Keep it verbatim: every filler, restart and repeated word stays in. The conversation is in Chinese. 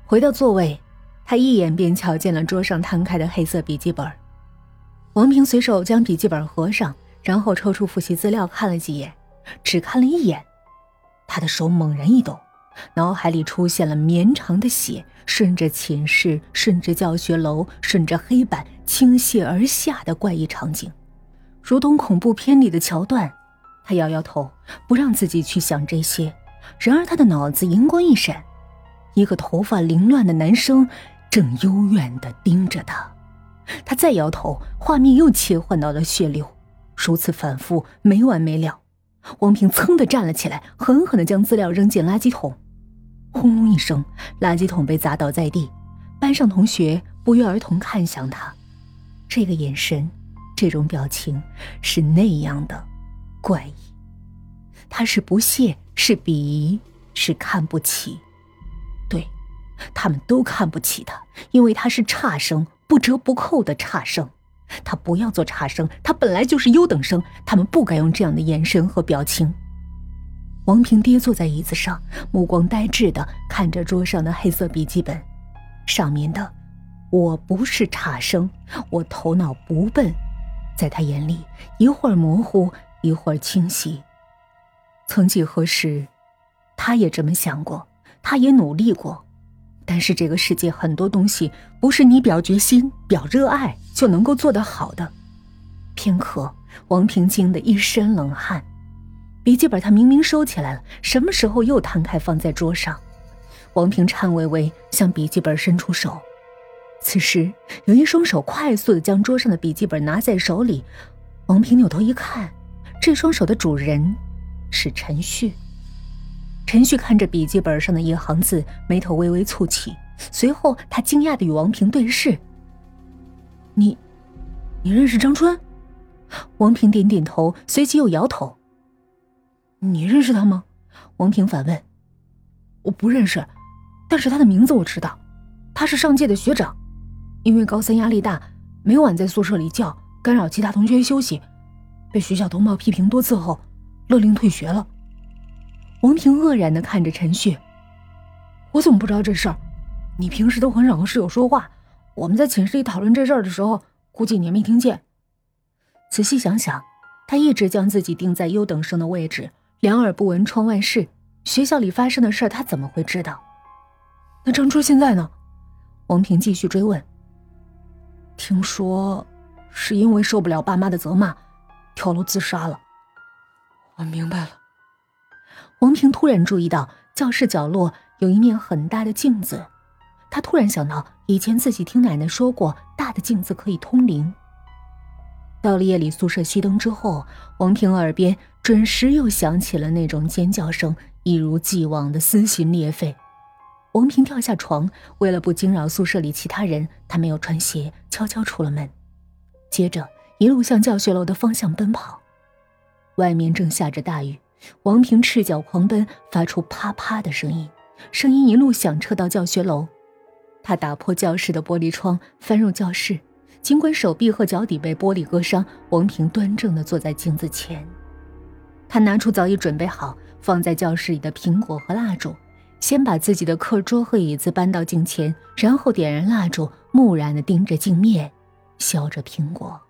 回到座位，他一眼便瞧见了桌上摊开的黑色笔记本。王平随手将笔记本合上，然后抽出复习资料看了几眼，只看了一眼，他的手猛然一抖，脑海里出现了绵长的血顺着寝室，顺着教学楼，顺着黑板倾泻而下的怪异场景，如同恐怖片里的桥段。他摇摇头，不让自己去想这些。然而他的脑子银光一闪，一个头发凌乱的男生正幽怨地盯着他。他再摇头，画面又切换到了血流，如此反复没完没了。王平噌地站了起来，狠狠地将资料扔进垃圾桶。轰隆一声，垃圾桶被砸倒在地，班上同学不约而同看向他，这个眼神，这种表情是那样的怪异。他是不屑，是鄙夷，是看不起。对，他们都看不起他，因为他是差生，不折不扣的差生。他不要做差生，他本来就是优等生，他们不该用这样的眼神和表情。王平跌坐在椅子上，目光呆滞地看着桌上的黑色笔记本，上面的我不是差生，我头脑不笨，在他眼里一会儿模糊，一会儿清晰。曾几何时，他也这么想过，他也努力过，但是这个世界很多东西不是你表决心、表热爱就能够做得好的。片刻，王平惊得一身冷汗。笔记本他明明收起来了，什么时候又摊开放在桌上？王平颤巍巍向笔记本伸出手，此时有一双手快速地将桌上的笔记本拿在手里。王平扭头一看，这双手的主人是陈旭。陈旭看着笔记本上的一行字，眉头微微蹙起，随后他惊讶地与王平对视。你你认识张春？王平点点头，随即又摇头。你认识他吗？王平反问。我不认识，但是他的名字我知道，他是上届的学长，因为高三压力大，每晚在宿舍里叫，干扰其他同学休息，被学校通报批评多次后勒令退学了。王平愕然地看着陈旭。我怎么不知道这事儿？你平时都很少和室友说话，我们在寝室里讨论这事儿的时候，估计你也没听见。仔细想想，他一直将自己定在优等生的位置，两耳不闻窗外事，学校里发生的事儿他怎么会知道？那张春现在呢？王平继续追问。听说是因为受不了爸妈的责骂，跳楼自杀了。我明白了。王平突然注意到教室角落有一面很大的镜子，他突然想到以前自己听奶奶说过，大的镜子可以通灵。到了夜里宿舍熄灯之后，王平耳边准时又响起了那种尖叫声，一如既往的撕心裂肺。王平跳下床，为了不惊扰宿舍里其他人，他没有穿鞋，悄悄出了门，接着一路向教学楼的方向奔跑。外面正下着大雨，王平赤脚狂奔，发出啪啪的声音，声音一路响彻到教学楼。他打破教室的玻璃窗，翻入教室，尽管手臂和脚底被玻璃割伤，王平端正地坐在镜子前。他拿出早已准备好放在教室里的苹果和蜡烛，先把自己的课桌和椅子搬到镜前，然后点燃蜡烛，木然地盯着镜面，削着苹果。